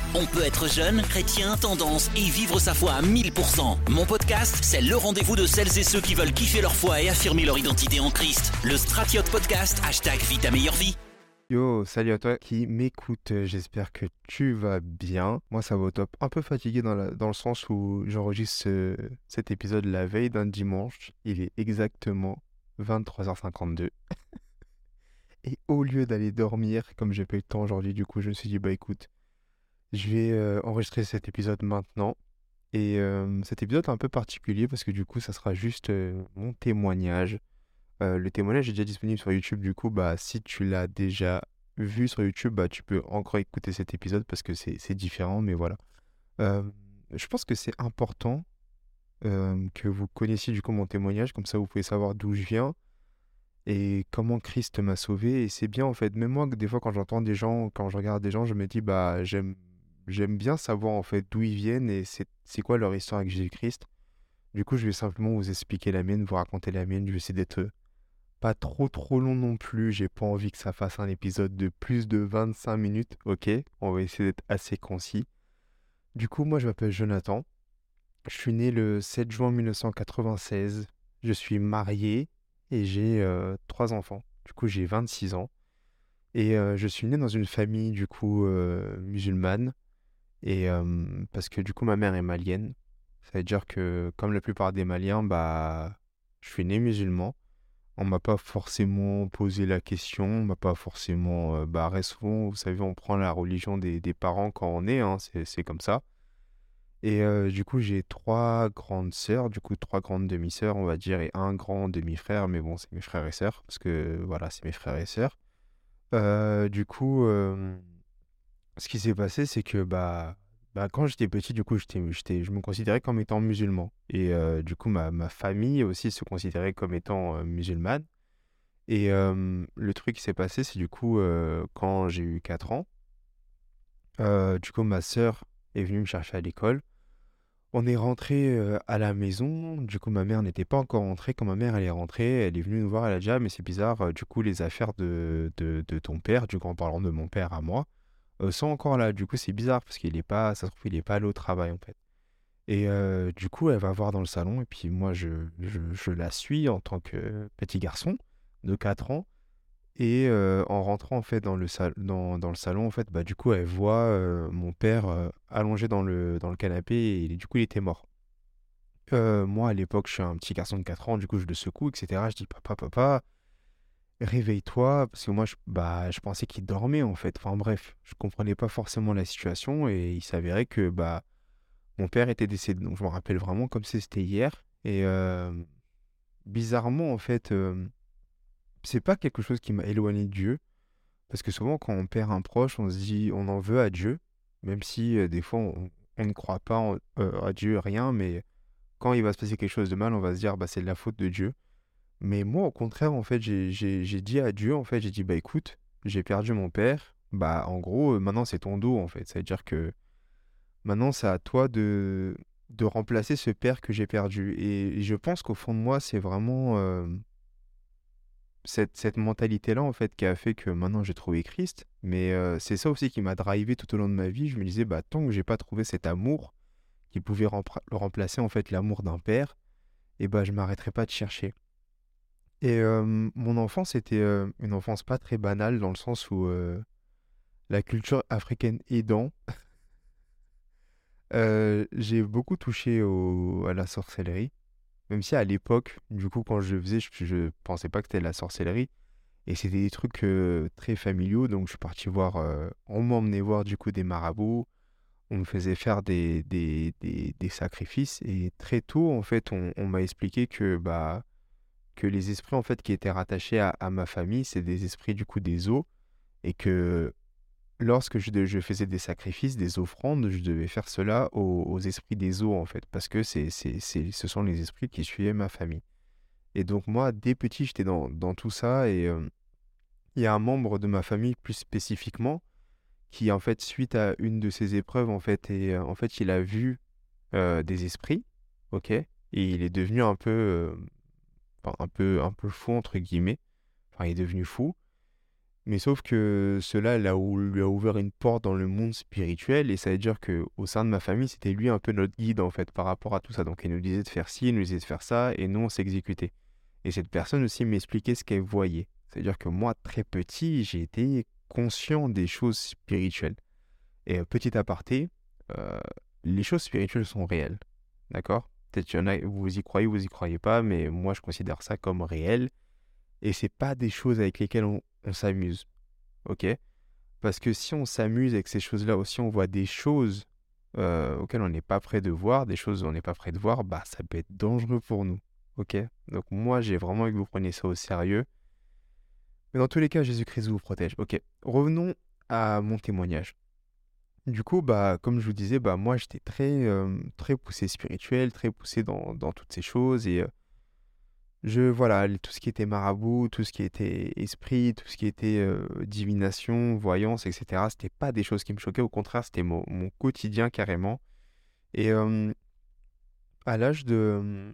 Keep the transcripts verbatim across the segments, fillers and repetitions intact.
On peut être jeune, chrétien, tendance et vivre sa foi à mille pour cent. Mon podcast, c'est le rendez-vous de celles et ceux qui veulent kiffer leur foi et affirmer leur identité en Christ. Le Stratiote Podcast, hashtag Vis ta meilleure vie. Yo, salut à toi qui m'écoute, j'espère que tu vas bien. Moi ça va au top, un peu fatigué dans, la- dans le sens où j'enregistre ce- cet épisode la veille d'un dimanche. Il est exactement vingt-trois heures cinquante-deux. Et au lieu d'aller dormir, comme j'ai pas eu le temps aujourd'hui, du coup je me suis dit bah écoute, je vais euh, enregistrer cet épisode maintenant. Et euh, cet épisode est un peu particulier parce que du coup ça sera juste euh, mon témoignage. Euh, le témoignage est déjà disponible sur YouTube, du coup, bah, si tu l'as déjà vu sur YouTube, bah, tu peux encore écouter cet épisode parce que c'est c'est différent, mais voilà. Euh, je pense que c'est important euh, que vous connaissiez du coup mon témoignage, comme ça vous pouvez savoir d'où je viens et comment Christ m'a sauvé. Et c'est bien en fait, même moi, que des fois quand j'entends des gens, quand je regarde des gens, je me dis, bah, j'aime j'aime bien savoir en fait d'où ils viennent et c'est c'est quoi leur histoire avec Jésus-Christ. Du coup, je vais simplement vous expliquer la mienne, vous raconter la mienne, je vais essayer d'être pas trop trop long non plus, j'ai pas envie que ça fasse un épisode de plus de vingt-cinq minutes, ok? On va essayer d'être assez concis. Du coup, moi je m'appelle Jonathan, je suis né le sept juin mille neuf cent quatre-vingt-seize, je suis marié et j'ai euh, trois enfants. Du coup, j'ai vingt-six ans et euh, je suis né dans une famille du coup euh, musulmane et euh, parce que du coup ma mère est malienne. Ça veut dire que comme la plupart des Maliens, bah je suis né musulman. On m'a pas forcément posé la question, on m'a pas forcément... euh, bah, très souvent, vous savez, on prend la religion des, des parents quand on est, hein, c'est, c'est comme ça. Et euh, du coup, j'ai trois grandes sœurs, du coup, trois grandes demi-sœurs, on va dire, et un grand demi-frère, mais bon, c'est mes frères et sœurs, parce que, voilà, c'est mes frères et sœurs. Euh, du coup, euh, ce qui s'est passé, c'est que, bah, bah, quand j'étais petit, du coup, j'étais, j'étais, je me considérais comme étant musulman. Et euh, du coup, ma, ma famille aussi se considérait comme étant euh, musulmane. Et euh, le truc qui s'est passé, c'est du coup, euh, quand j'ai eu quatre ans, euh, du coup, ma sœur est venue me chercher à l'école. On est rentré euh, à la maison. Du coup, ma mère n'était pas encore rentrée. Quand ma mère elle est rentrée, elle est venue nous voir. Elle a dit, ah, mais c'est bizarre, euh, du coup, les affaires de, de, de ton père, du coup, en parlant de mon père à moi, euh, sont encore là. Du coup, c'est bizarre parce qu'il est pas, ça se trouve, il est pas allé au travail, en fait. Et euh, du coup, elle va voir dans le salon. Et puis, moi, je, je, je la suis en tant que petit garçon de quatre ans. Et euh, en rentrant en fait dans le, sal- dans, dans le salon, en fait, bah, du coup, elle voit euh, mon père euh, allongé dans le, dans le canapé et il- du coup, il était mort. Euh, moi, à l'époque, je suis un petit garçon de quatre ans, du coup, je le secoue, et cetera. Je dis, papa, papa, réveille-toi, parce que moi, je, bah, je pensais qu'il dormait, en fait. Enfin, bref, je comprenais pas forcément la situation et il s'avérait que bah, mon père était décédé. Donc, je me rappelle vraiment comme si c'était hier. Et euh, bizarrement, en fait, euh, c'est pas quelque chose qui m'a éloigné de Dieu. Parce que souvent, quand on perd un proche, on se dit, on en veut à Dieu, même si euh, des fois, on, on ne croit pas en- euh, à Dieu, rien, mais quand il va se passer quelque chose de mal, on va se dire, bah, c'est de la faute de Dieu. Mais moi, au contraire, en fait, j'ai, j'ai, j'ai dit à Dieu, en fait, j'ai dit, bah, écoute, j'ai perdu mon père, bah, en gros, euh, maintenant, c'est ton dos, en fait. C'est-à-dire que maintenant, c'est à toi de, de remplacer ce père que j'ai perdu. Et je pense qu'au fond de moi, c'est vraiment... euh, cette, cette mentalité-là, en fait, qui a fait que maintenant j'ai trouvé Christ. Mais euh, c'est ça aussi qui m'a drivé tout au long de ma vie. Je me disais, bah, tant que j'ai pas trouvé cet amour qui pouvait rempra- remplacer, en fait, l'amour d'un père, et bah, je m'arrêterai pas de chercher. Et euh, mon enfance était euh, une enfance pas très banale, dans le sens où euh, la culture africaine aidant, euh, j'ai beaucoup touché au- à la sorcellerie. Même si à l'époque, du coup, quand je le faisais, je, je pensais pas que c'était de la sorcellerie. Et c'était des trucs euh, très familiaux, donc je suis parti voir, euh, on m'emmenait voir du coup des marabouts, on me faisait faire des, des, des, des sacrifices, et très tôt, en fait, on, on m'a expliqué que, bah, que les esprits, en fait, qui étaient rattachés à, à ma famille, c'est des esprits du coup des eaux, et que lorsque je, de- je faisais des sacrifices, des offrandes, je devais faire cela aux, aux esprits des eaux, en fait, parce que c'est, c'est, c'est, ce sont les esprits qui suivaient ma famille. Et donc moi, dès petit, j'étais dans, dans tout ça, et... euh, il y a un membre de ma famille plus spécifiquement qui en fait suite à une de ces épreuves en fait et euh, en fait il a vu euh, des esprits, ok, et il est devenu un peu euh, enfin, un peu un peu fou entre guillemets, enfin il est devenu fou, Mais sauf que cela là où lui a ouvert une porte dans le monde spirituel et ça veut dire que au sein de ma famille, c'était lui un peu notre guide en fait par rapport à tout ça. Donc il nous disait de faire ci, il nous disait de faire ça et nous on s'exécutait. Et cette personne aussi m'expliquait ce qu'elle voyait. C'est-à-dire que moi, très petit, j'ai été conscient des choses spirituelles. Et euh, petit aparté, euh, les choses spirituelles sont réelles. D'accord? Peut-être qu'il y en a, vous y croyez, vous y croyez pas, mais moi je considère ça comme réel. Et c'est pas des choses avec lesquelles on, on s'amuse. Ok? Parce que si on s'amuse avec ces choses-là, ou si on voit des choses euh, auxquelles on n'est pas prêt de voir, des choses où on n'est pas prêt de voir, bah ça peut être dangereux pour nous. Ok? Donc moi j'ai vraiment envie que vous preniez ça au sérieux. Mais dans tous les cas, Jésus-Christ vous protège. Ok. Revenons à mon témoignage. Du coup, bah, comme je vous disais, bah, moi, j'étais très, euh, très poussé spirituel, très poussé dans, dans toutes ces choses. Et euh, je, voilà, les- tout ce qui était marabout, tout ce qui était esprit, tout ce qui était euh, divination, voyance, et cetera, c'était pas des choses qui me choquaient. Au contraire, c'était mon, mon quotidien carrément. Et euh, à l'âge de euh,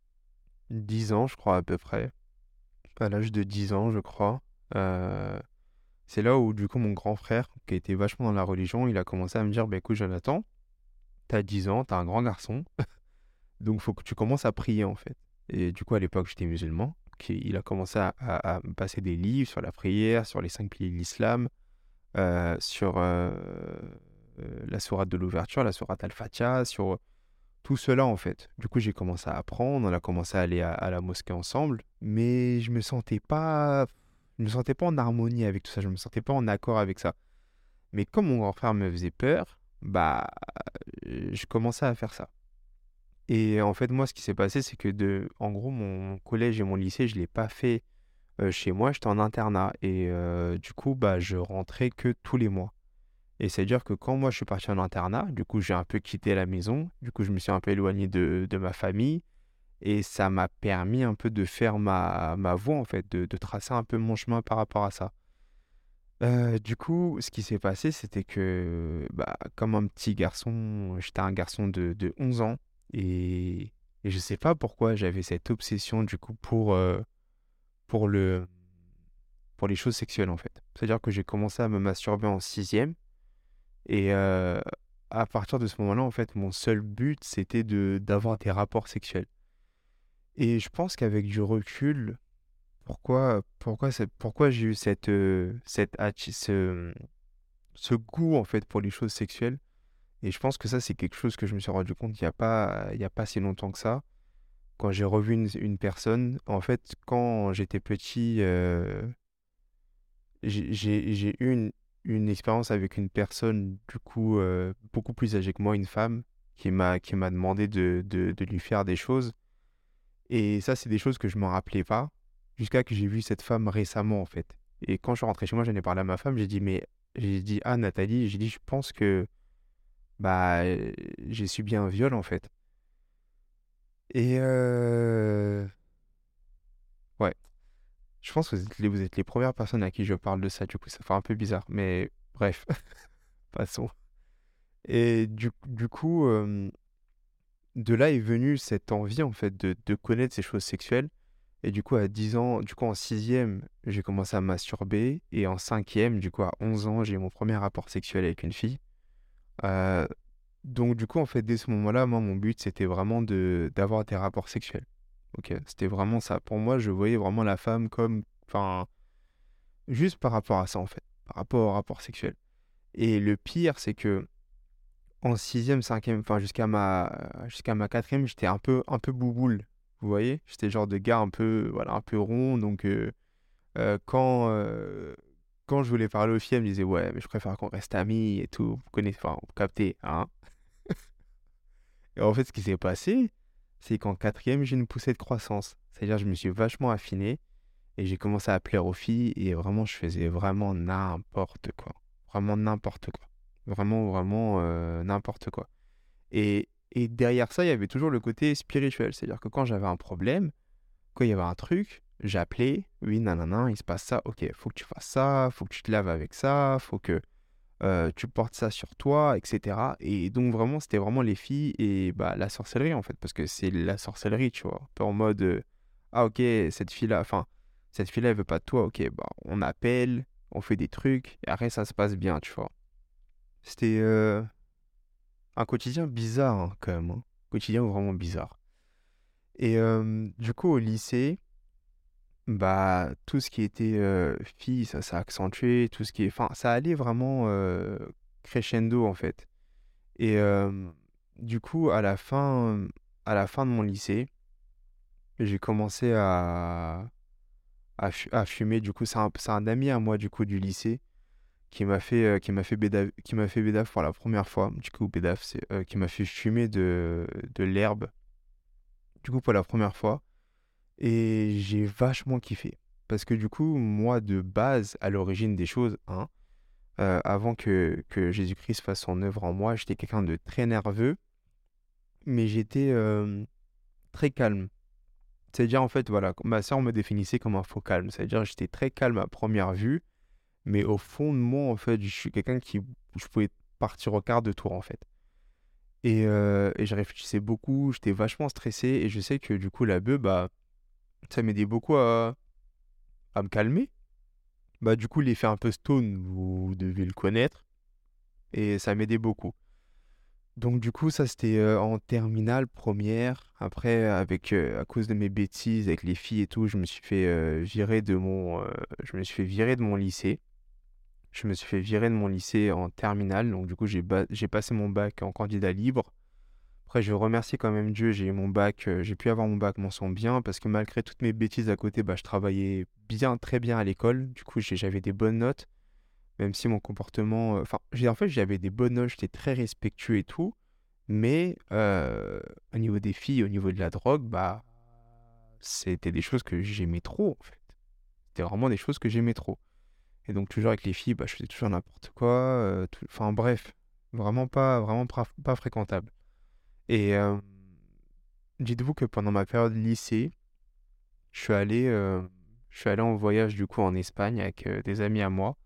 dix ans, je crois, à peu près, à l'âge de dix ans, je crois, euh, c'est là où, du coup, mon grand frère, qui était vachement dans la religion, il a commencé à me dire, bah, écoute, Jonathan, t'as dix ans, t'as un grand garçon. Donc, il faut que tu commences à prier, en fait. Et du coup, à l'époque, j'étais musulman. Donc, il il a commencé à, à- à me passer des livres sur la prière, sur les cinq piliers de l'islam, euh, sur euh, euh, la sourate de l'ouverture, la sourate Al-Fatiha, sur tout cela, en fait. Du coup, j'ai commencé à apprendre, on a commencé à aller à, à la mosquée ensemble, mais je me sentais pas, je me sentais pas en harmonie avec tout ça, je me sentais pas en accord avec ça. Mais comme mon grand frère me faisait peur, bah, euh, je commençais à faire ça. Et en fait, moi, ce qui s'est passé, c'est que de, en gros, mon collège et mon lycée, je l'ai pas fait euh, chez moi, j'étais en internat. Et euh, du coup, bah, je rentrais que tous les mois. Et c'est-à-dire que quand moi, je suis parti en internat, du coup, j'ai un peu quitté la maison. Du coup, je me suis un peu éloigné de, de ma famille. Et ça m'a permis un peu de faire ma, ma voie, en fait, de, de tracer un peu mon chemin par rapport à ça. Euh, du coup, ce qui s'est passé, c'était que, bah, comme un petit garçon, j'étais un garçon de, de onze ans, et, et je sais pas pourquoi j'avais cette obsession, du coup, pour, euh, pour le, pour les choses sexuelles, en fait. C'est-à-dire que j'ai commencé à me masturber en sixième, et euh, à partir de ce moment-là, en fait, mon seul but, c'était de, d'avoir des rapports sexuels. Et je pense qu'avec du recul, pourquoi, pourquoi, c'est- pourquoi j'ai eu cette, euh, cette, atti- ce, ce goût, en fait, pour les choses sexuelles. Et je pense que ça, c'est quelque chose que je me suis rendu compte il n'y a pas, il y a pas si longtemps que ça. Quand j'ai revu une, une personne, en fait, quand j'étais petit, euh, j'ai j'ai- j'ai eu une, une expérience avec une personne, du coup, euh, beaucoup plus âgée que moi, une femme, qui m'a qui m'a demandé de, de, de lui faire des choses. Et ça, c'est des choses que je ne me rappelais pas, jusqu'à que j'ai vu cette femme récemment, en fait. Et quand je suis rentré chez moi, j'en ai parlé à ma femme, j'ai dit, mais, j'ai dit, ah, Nathalie, j'ai dit, je pense que, bah, euh, j'ai subi un viol, en fait. Et euh... ouais, je pense que vous êtes, les, vous êtes les premières personnes à qui je parle de ça, du coup ça fait un peu bizarre, mais bref, passons. Et du, du coup, euh, de là est venue cette envie en fait de, de connaître ces choses sexuelles. Et du coup, à dix ans, du coup en sixième, j'ai commencé à me masturber. Et en cinquième, du coup à onze ans, j'ai eu mon premier rapport sexuel avec une fille. Euh, donc du coup, en fait, dès ce moment-là, moi, mon but, c'était vraiment de d'avoir des rapports sexuels. Ok, c'était vraiment ça. Pour moi, je voyais vraiment la femme comme, enfin, juste par rapport à ça en fait, par rapport au rapport sexuel. Et le pire, c'est que en sixième, cinquième, enfin jusqu'à ma, jusqu'à ma quatrième, j'étais un peu, un peu bouboule. Vous voyez, j'étais le genre de gars un peu, voilà, un peu rond. Donc euh, euh, quand, euh, quand je voulais parler aux filles, elles me disaient ouais, mais je préfère qu'on reste amis et tout. Vous connaissez, enfin, vous captez, hein. Et en fait, ce qui s'est passé, c'est qu'en quatrième, j'ai une poussée de croissance. C'est-à-dire, je me suis vachement affiné. Et j'ai commencé à plaire aux filles et vraiment, je faisais vraiment n'importe quoi. Vraiment n'importe quoi. Vraiment, vraiment euh, n'importe quoi. Et, et derrière ça, il y avait toujours le côté spirituel. C'est-à-dire que quand j'avais un problème, quand il y avait un truc, j'appelais, oui, nanana, il se passe ça, ok, faut que tu fasses ça, faut que tu te laves avec ça, faut que euh, tu portes ça sur toi, et cetera. Et donc vraiment, c'était vraiment les filles et bah, la sorcellerie en fait, parce que c'est la sorcellerie, tu vois. Un peu en mode, euh, ah ok, cette fille-là, enfin, cette fille-là, elle veut pas de toi, ok, bah, on appelle, on fait des trucs, et après ça se passe bien, tu vois. C'était euh, un quotidien bizarre, hein, quand même. Hein. Quotidien vraiment bizarre. Et euh, du coup, au lycée, bah, tout ce qui était euh, filles, ça s'est accentué, tout ce qui est... Enfin, ça allait vraiment euh, crescendo, en fait. Et euh, du coup, à la fin, à la fin de mon lycée, j'ai commencé à, à, fu- à fumer. Du coup, c'est un, c'est un ami à moi, du coup, du lycée, qui m'a fait, euh, qui m'a fait bédave, qui m'a fait bédave pour la première fois. Du coup, bédave, c'est, euh, qui m'a fait fumer de, de l'herbe, du coup, pour la première fois. Et j'ai vachement kiffé. Parce que du coup, moi, de base, à l'origine des choses, hein, euh, avant que, que Jésus-Christ fasse son œuvre en moi, j'étais quelqu'un de très nerveux, mais j'étais euh, très calme. C'est-à-dire, en fait, voilà, ma sœur me définissait comme un faux calme. C'est-à-dire, j'étais très calme à première vue, mais au fond de moi, en fait, je suis quelqu'un qui, je pouvais partir au quart de tour, en fait. Et, euh, et je réfléchissais beaucoup, j'étais vachement stressé, et je sais que du coup, la beuh, bah, ça m'aidait beaucoup à, à me calmer. Bah, du coup, l'effet un peu stone, vous devez le connaître, et ça m'aidait beaucoup. Donc, du coup, ça, c'était euh, en terminale, première. Après, avec, euh, à cause de mes bêtises avec les filles et tout, je me suis fait euh, virer de mon, euh, je me suis fait virer de mon lycée. Je me suis fait virer de mon lycée en terminale. Donc, du coup, j'ai ba- j'ai passé mon bac en candidat libre. Après, je remercie quand même Dieu, j'ai eu mon bac, euh, j'ai pu avoir mon bac mention bien, parce que malgré toutes mes bêtises à côté, bah, je travaillais bien, très bien à l'école. Du coup, j'ai- j'avais des bonnes notes. Même si mon comportement... euh, Enfin, j'ai en fait, j'avais des bonnes notes, j'étais très respectueux et tout. Mais euh, au niveau des filles, au niveau de la drogue, bah, c'était des choses que j'aimais trop, en fait. C'était vraiment des choses que j'aimais trop. Et donc, toujours avec les filles, bah, je faisais toujours n'importe quoi. euh, tout- Enfin, bref, vraiment pas, vraiment pas, pas fréquentable. Et euh, dites-vous que pendant ma période lycée, je suis allé, euh, je suis allé en voyage, du coup, en Espagne avec euh, des amis à moi.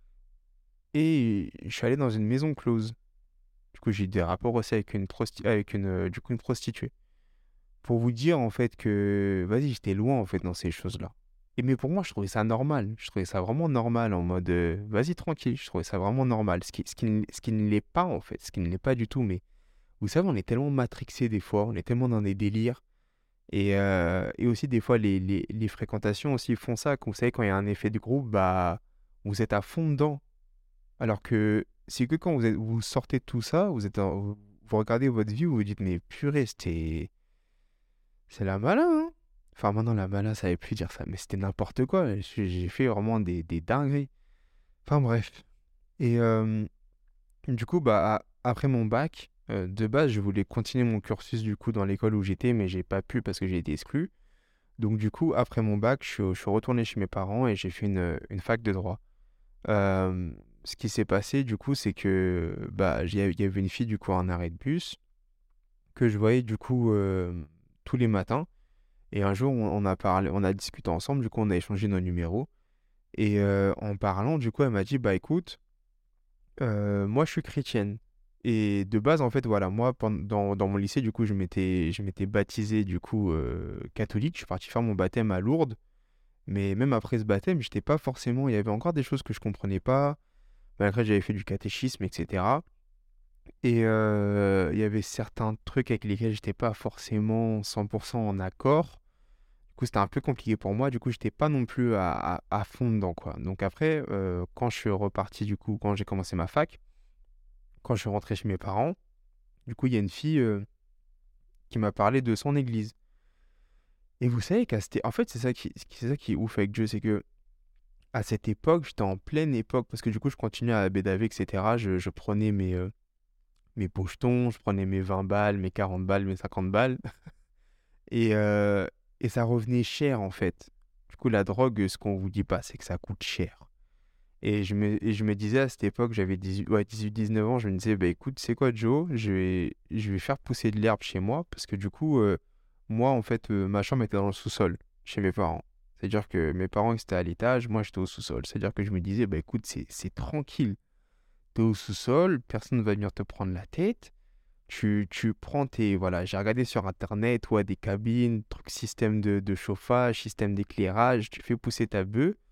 Et je suis allé dans une maison close. Du coup, j'ai eu des rapports aussi avec une, prosti- avec une, euh, du coup, une prostituée. Pour vous dire, en fait, que, vas-y, j'étais loin, en fait, dans ces choses-là. Et mais pour moi, je trouvais ça normal. Je trouvais ça vraiment normal, en mode, euh, vas-y, tranquille. Je trouvais ça vraiment normal. Ce qui, ce qui, ne- ce qui ne l'est pas, en fait. Ce qui ne l'est pas du tout. Mais vous savez, on est tellement matrixé des fois. On est tellement dans des délires. Et, euh, et aussi, des fois, les, les, les fréquentations aussi font ça. Vous savez, quand il y a un effet de groupe, bah, vous êtes à fond dedans. Alors que c'est que quand vous, êtes, vous sortez de tout ça, vous êtes en- vous vous regardez votre vie, vous vous dites, mais purée, c'était... C'est la malin, hein? Enfin, maintenant, la malin, ça avait plus dire ça, mais c'était n'importe quoi. J'ai j'ai fait vraiment des, des dingueries. Enfin, bref. Et euh, du coup, bah, a- après mon bac, euh, de base, je voulais continuer mon cursus, du coup, dans l'école où j'étais, mais j'ai pas pu parce que j'ai été exclu. Donc, du coup, après mon bac, je, suis je suis retourné chez mes parents et j'ai fait une, une fac de droit. Euh, Ce qui s'est passé, du coup, c'est que bah, il y a- il y avait une fille, du coup, en arrêt de bus, que je voyais, du coup, euh, tous les matins. Et un jour, on, on a parlé, on a discuté ensemble, du coup, on a échangé nos numéros. Et euh, en parlant, du coup, elle m'a dit, bah écoute, euh, moi, je suis chrétienne. Et de base, en fait, voilà, moi, pen- dans, dans mon lycée, du coup, je m'étais, je m'étais baptisé, du coup, euh, catholique. Je suis parti faire mon baptême à Lourdes. Mais même après ce baptême, j'étais pas forcément, il y avait encore des choses que je comprenais pas. Malgré que j'avais fait du catéchisme, et cetera. Et euh, il y avait certains trucs avec lesquels j'étais pas forcément cent pour cent en accord. Du coup, c'était un peu compliqué pour moi. Du coup, j'étais pas non plus à, à, à fond dedans, quoi. Donc après, euh, quand je suis reparti, du coup, quand j'ai commencé ma fac, quand je suis rentré chez mes parents, du coup, il y a une fille euh, qui m'a parlé de son église. Et vous savez qu'à cette... En fait, c'est ça qui, c'est ça qui est ouf avec Dieu, c'est que à cette époque, j'étais en pleine époque, parce que du coup, je continuais à bédaver, et cetera. Je, je prenais mes, euh, mes pochetons, je prenais mes vingt balles, mes quarante balles, mes cinquante balles. Et, euh, et ça revenait cher en fait. Du coup, la drogue, ce qu'on vous dit pas, c'est que ça coûte cher. Et je me, et je me disais à cette époque, j'avais dix-huit, ouais, dix-huit dix-neuf ans, je me disais, bah écoute, c'est quoi Joe? Je vais, je vais faire pousser de l'herbe chez moi parce que du coup, euh, moi en fait, euh, ma chambre était dans le sous-sol chez mes parents. C'est-à-dire que mes parents ils étaient à l'étage, moi j'étais au sous-sol. C'est-à-dire que je me disais, bah écoute, c'est, c'est tranquille. T'es au sous-sol, personne ne va venir te prendre la tête. Tu, tu prends tes... Voilà, j'ai regardé sur Internet, ouais, des cabines, trucs, système de, de chauffage, système d'éclairage, tu fais pousser ta bœuf,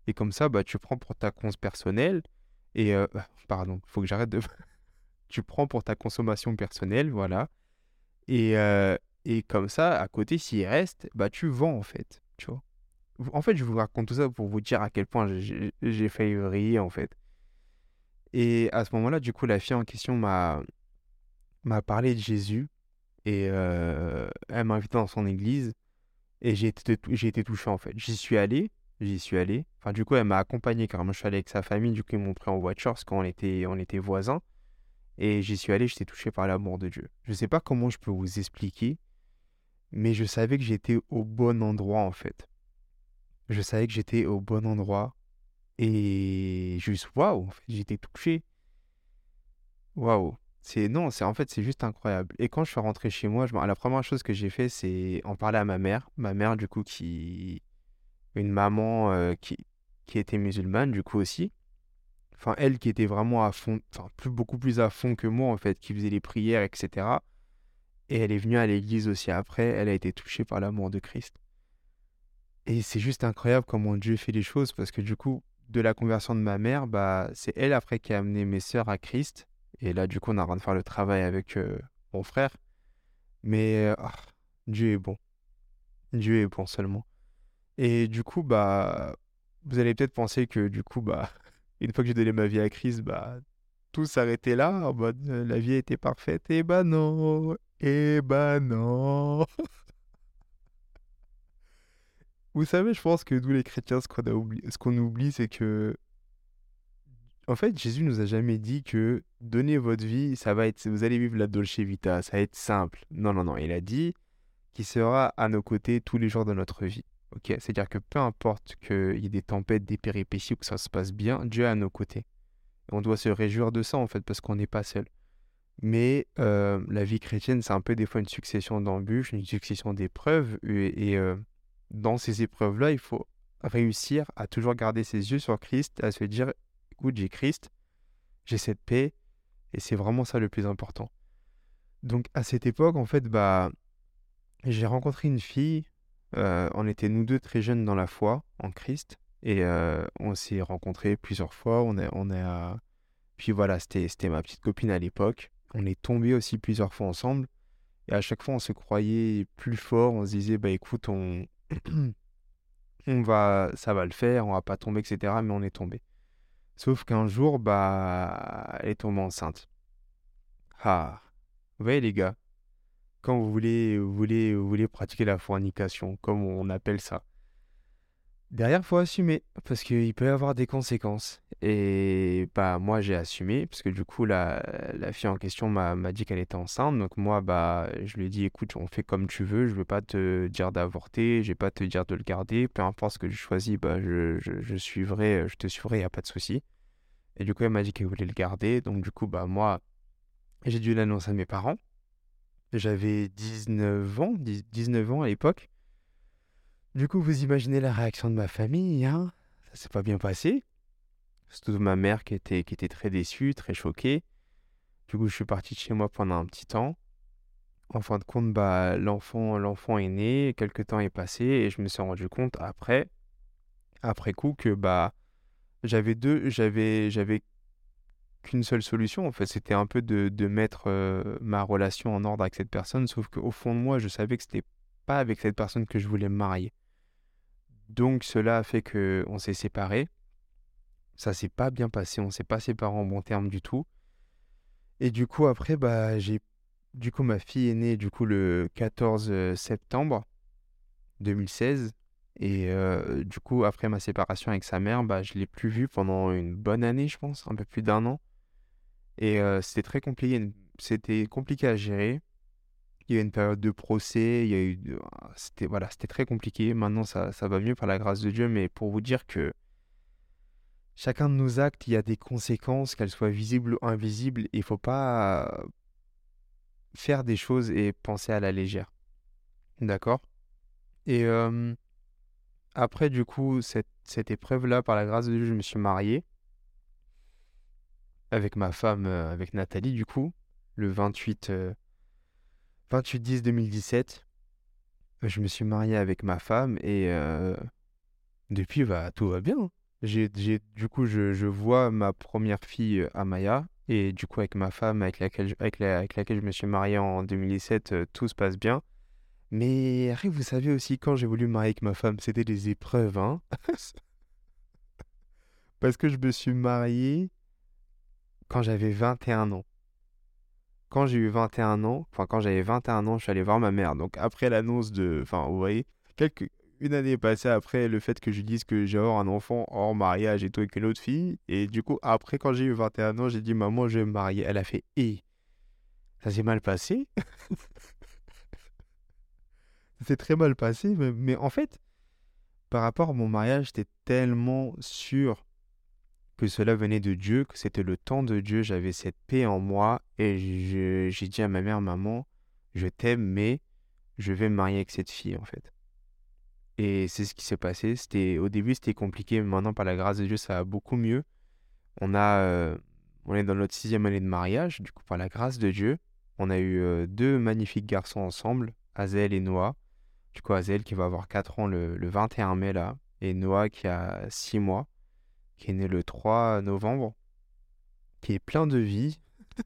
Et comme ça, bah, tu prends pour ta cons personnelle. Et, euh, ah, pardon, il faut que j'arrête de... tu prends pour ta consommation personnelle, voilà. Et, euh, et comme ça, à côté, s'il reste, bah, tu vends, en fait, tu vois. En fait, je vous raconte tout ça pour vous dire à quel point j'ai j'ai failli vriller, en fait. Et à ce moment-là, du coup, la fille en question m'a m'a parlé de Jésus et euh, elle m'a invité dans son église et j'ai été, j'ai été touché, en fait. J'y suis allé, j'y suis allé. Enfin, du coup, elle m'a accompagné car moi, je suis allé avec sa famille. Du coup, ils m'ont pris en voiture parce qu'on était, on était voisins. Et j'y suis allé, j'étais touché par l'amour de Dieu. Je sais pas comment je peux vous expliquer, mais je savais que j'étais au bon endroit, en fait. Je savais que j'étais au bon endroit. Et juste, waouh, en fait, j'étais touché. Waouh. C'est, non, c'est, en fait, c'est juste incroyable. Et quand je suis rentré chez moi, je, me- la première chose que j'ai fait, c'est en parler à ma mère. Ma mère, du coup, qui, une maman euh, qui, qui était musulmane, du coup aussi. Enfin, elle qui était vraiment à fond, enfin, plus, beaucoup plus à fond que moi, en fait, qui faisait les prières, et cetera. Et elle est venue à l'église aussi après. Elle a été touchée par l'amour de Christ. Et c'est juste incroyable comment Dieu fait les choses parce que du coup, de la conversion de ma mère, bah, c'est elle après qui a amené mes sœurs à Christ. Et là, du coup, on est en train de faire le travail avec euh, mon frère. Mais euh, ah, Dieu est bon. Dieu est bon seulement. Et du coup, bah, vous allez peut-être penser que du coup, bah, une fois que j'ai donné ma vie à Christ, bah, tout s'arrêtait là, en mode euh, la vie était parfaite. Et bah non, et bah non. Vous savez, je pense que nous les chrétiens, ce qu'on a oublié, ce qu'on oublie, c'est que en fait, Jésus nous a jamais dit que donner votre vie, ça va être, vous allez vivre la dolce vita, ça va être simple. Non, non, non. Il a dit qu'il sera à nos côtés tous les jours de notre vie. Ok, c'est-à-dire que peu importe qu'il y ait des tempêtes, des péripéties ou que ça se passe bien, Dieu est à nos côtés. Et on doit se réjouir de ça en fait parce qu'on n'est pas seul. Mais euh, la vie chrétienne, c'est un peu des fois une succession d'embûches, une succession d'épreuves. Et, et, euh, dans ces épreuves-là, il faut réussir à toujours garder ses yeux sur Christ, à se dire, écoute, j'ai Christ, j'ai cette paix, et c'est vraiment ça le plus important. Donc à cette époque, en fait, bah, j'ai rencontré une fille, euh, on était nous deux très jeunes dans la foi, en Christ, et euh, on s'est rencontrés plusieurs fois, on est, on est à... Puis voilà, c'était, c'était ma petite copine à l'époque. On est tombés aussi plusieurs fois ensemble, et à chaque fois, on se croyait plus fort, on se disait, bah écoute, on... on va, ça va le faire, on va pas tomber, et cetera. Mais on est tombé. Sauf qu'un jour, bah, elle est tombée enceinte. Ah, vous voyez les gars, quand vous voulez, vous voulez, vous voulez pratiquer la fornication, comme on appelle ça, derrière, faut assumer, parce qu'il peut y avoir des conséquences. Et bah moi j'ai assumé, parce que du coup la, la fille en question m'a m'a dit qu'elle était enceinte. Donc moi bah je lui ai dit écoute, on fait comme tu veux, je veux pas te dire d'avorter, je vais pas te dire de le garder, peu importe ce que je choisis, bah je, je, je suivrai, je te suivrai, y a pas de souci. Et du coup elle m'a dit qu'elle voulait le garder, donc du coup bah moi j'ai dû l'annoncer à mes parents. J'avais dix-neuf ans, dix dix-neuf ans à l'époque. Du coup, vous imaginez la réaction de ma famille, hein? Ça s'est pas bien passé. Surtout ma mère qui était, qui était très déçue, très choquée. Du coup, je suis parti de chez moi pendant un petit temps. En fin de compte, bah, l'enfant, l'enfant est né, quelques temps est passé et je me suis rendu compte après, après coup, que bah, j'avais deux, j'avais, j'avais qu'une seule solution. En fait, c'était un peu de, de mettre euh, ma relation en ordre avec cette personne, sauf qu'au fond de moi, je savais que c'était pas avec cette personne que je voulais me marier. Donc, cela a fait que on s'est séparés. Ça s'est pas bien passé, on s'est pas séparés en bons termes du tout. Et du coup, après, bah, j'ai, du coup, ma fille est née, du coup, le quatorze septembre deux mille seize. Et euh, du coup, après ma séparation avec sa mère, bah, je l'ai plus vue pendant une bonne année, je pense, un peu plus d'un an. Et euh, c'était très compliqué, c'était compliqué à gérer. Il y a eu une période de procès, il y a eu, de- c'était, voilà, c'était très compliqué. Maintenant, ça, ça va mieux par la grâce de Dieu, mais pour vous dire que chacun de nos actes, il y a des conséquences, qu'elles soient visibles ou invisibles. Il ne faut pas faire des choses et penser à la légère. D'accord? Et euh, après, du coup, cette, cette épreuve-là, par la grâce de Dieu, je me suis marié avec ma femme, euh, avec Nathalie, du coup, le vingt-huit, euh, vingt-huit dix deux mille dix-sept. Je me suis marié avec ma femme et euh, depuis, bah, tout va bien, hein. j'ai, j'ai, du coup, je, je vois ma première fille, euh, Amaya, et du coup, avec ma femme, avec laquelle je, avec la- avec laquelle je me suis marié en deux mille dix-sept, euh, tout se passe bien. Mais après, vous savez aussi, quand j'ai voulu me marier avec ma femme, c'était des épreuves, hein. Parce que je me suis marié quand j'avais vingt et un ans. Quand j'ai eu vingt et un ans, enfin quand j'avais vingt et un ans, je suis allé voir ma mère. Donc après l'annonce de, enfin vous voyez, quelques, une année passée après le fait que je dise que j'ai avoir un enfant hors mariage et tout avec une autre fille. Et du coup après quand j'ai eu vingt et un ans, j'ai dit maman je vais me marier. Elle a fait et ça s'est mal passé. Ça s'est très mal passé, mais, mais en fait par rapport à mon mariage, j'étais tellement sûr que cela venait de Dieu, que c'était le temps de Dieu. J'avais cette paix en moi et je- j'ai dit à ma mère maman je t'aime mais je vais me marier avec cette fille en fait. Et c'est ce qui s'est passé. C'était, au début, c'était compliqué, mais maintenant, par la grâce de Dieu, ça va beaucoup mieux. On a, euh, on est dans notre sixième année de mariage. Du coup, par la grâce de Dieu, on a eu euh, deux magnifiques garçons ensemble, Azel et Noah. Du coup, Azel qui va avoir quatre ans le, le vingt et un mai là, et Noah qui a six mois, qui est né le trois novembre, qui est plein de vie.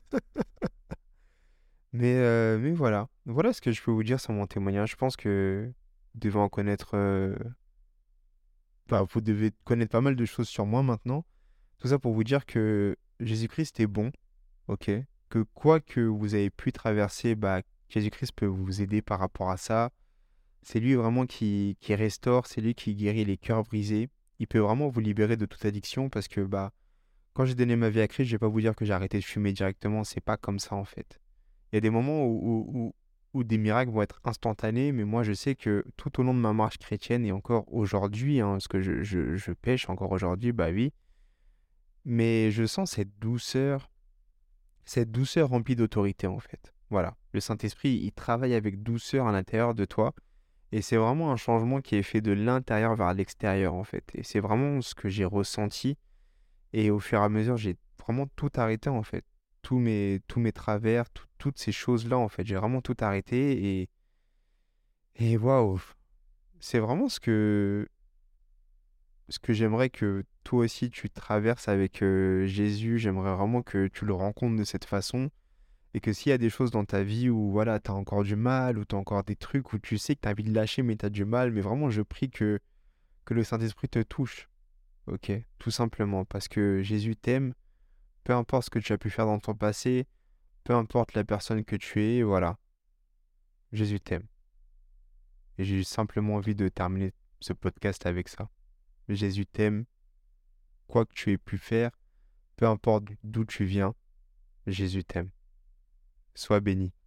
Mais, euh, mais voilà, voilà ce que je peux vous dire sur mon témoignage. Je pense que vous devez en connaître, euh, enfin, vous devez connaître pas mal de choses sur moi maintenant. Tout ça pour vous dire que Jésus-Christ est bon, ok? Que quoi que vous avez pu traverser, bah, Jésus-Christ peut vous aider par rapport à ça. C'est lui vraiment qui, qui restaure, c'est lui qui guérit les cœurs brisés. Il peut vraiment vous libérer de toute addiction parce que bah, quand j'ai donné ma vie à Christ, je vais pas vous dire que j'ai arrêté de fumer directement, c'est pas comme ça en fait. Il y a des moments où, où, où, où des miracles vont être instantanés, mais moi je sais que tout au long de ma marche chrétienne et encore aujourd'hui, hein, parce que je, je, je pêche encore aujourd'hui, bah oui, mais je sens cette douceur, cette douceur remplie d'autorité en fait. Voilà, le Saint-Esprit, il travaille avec douceur à l'intérieur de toi et c'est vraiment un changement qui est fait de l'intérieur vers l'extérieur en fait. Et c'est vraiment ce que j'ai ressenti et au fur et à mesure, j'ai vraiment tout arrêté en fait. Tous mes, tous mes travers, tout- toutes ces choses-là en fait, j'ai vraiment tout arrêté et, et waouh, c'est vraiment ce que, ce que j'aimerais que toi aussi tu traverses avec euh, Jésus. J'aimerais vraiment que tu le rencontres de cette façon. Et que s'il y a des choses dans ta vie où voilà, tu as encore du mal, ou tu as encore des trucs où tu sais que tu as envie de lâcher, mais tu as du mal, mais vraiment, je prie que, que le Saint-Esprit te touche. Ok? Tout simplement. Parce que Jésus t'aime, peu importe ce que tu as pu faire dans ton passé, peu importe la personne que tu es, voilà. Jésus t'aime. Et j'ai simplement envie de terminer ce podcast avec ça. Jésus t'aime, quoi que tu aies pu faire, peu importe d'où tu viens, Jésus t'aime. Sois béni.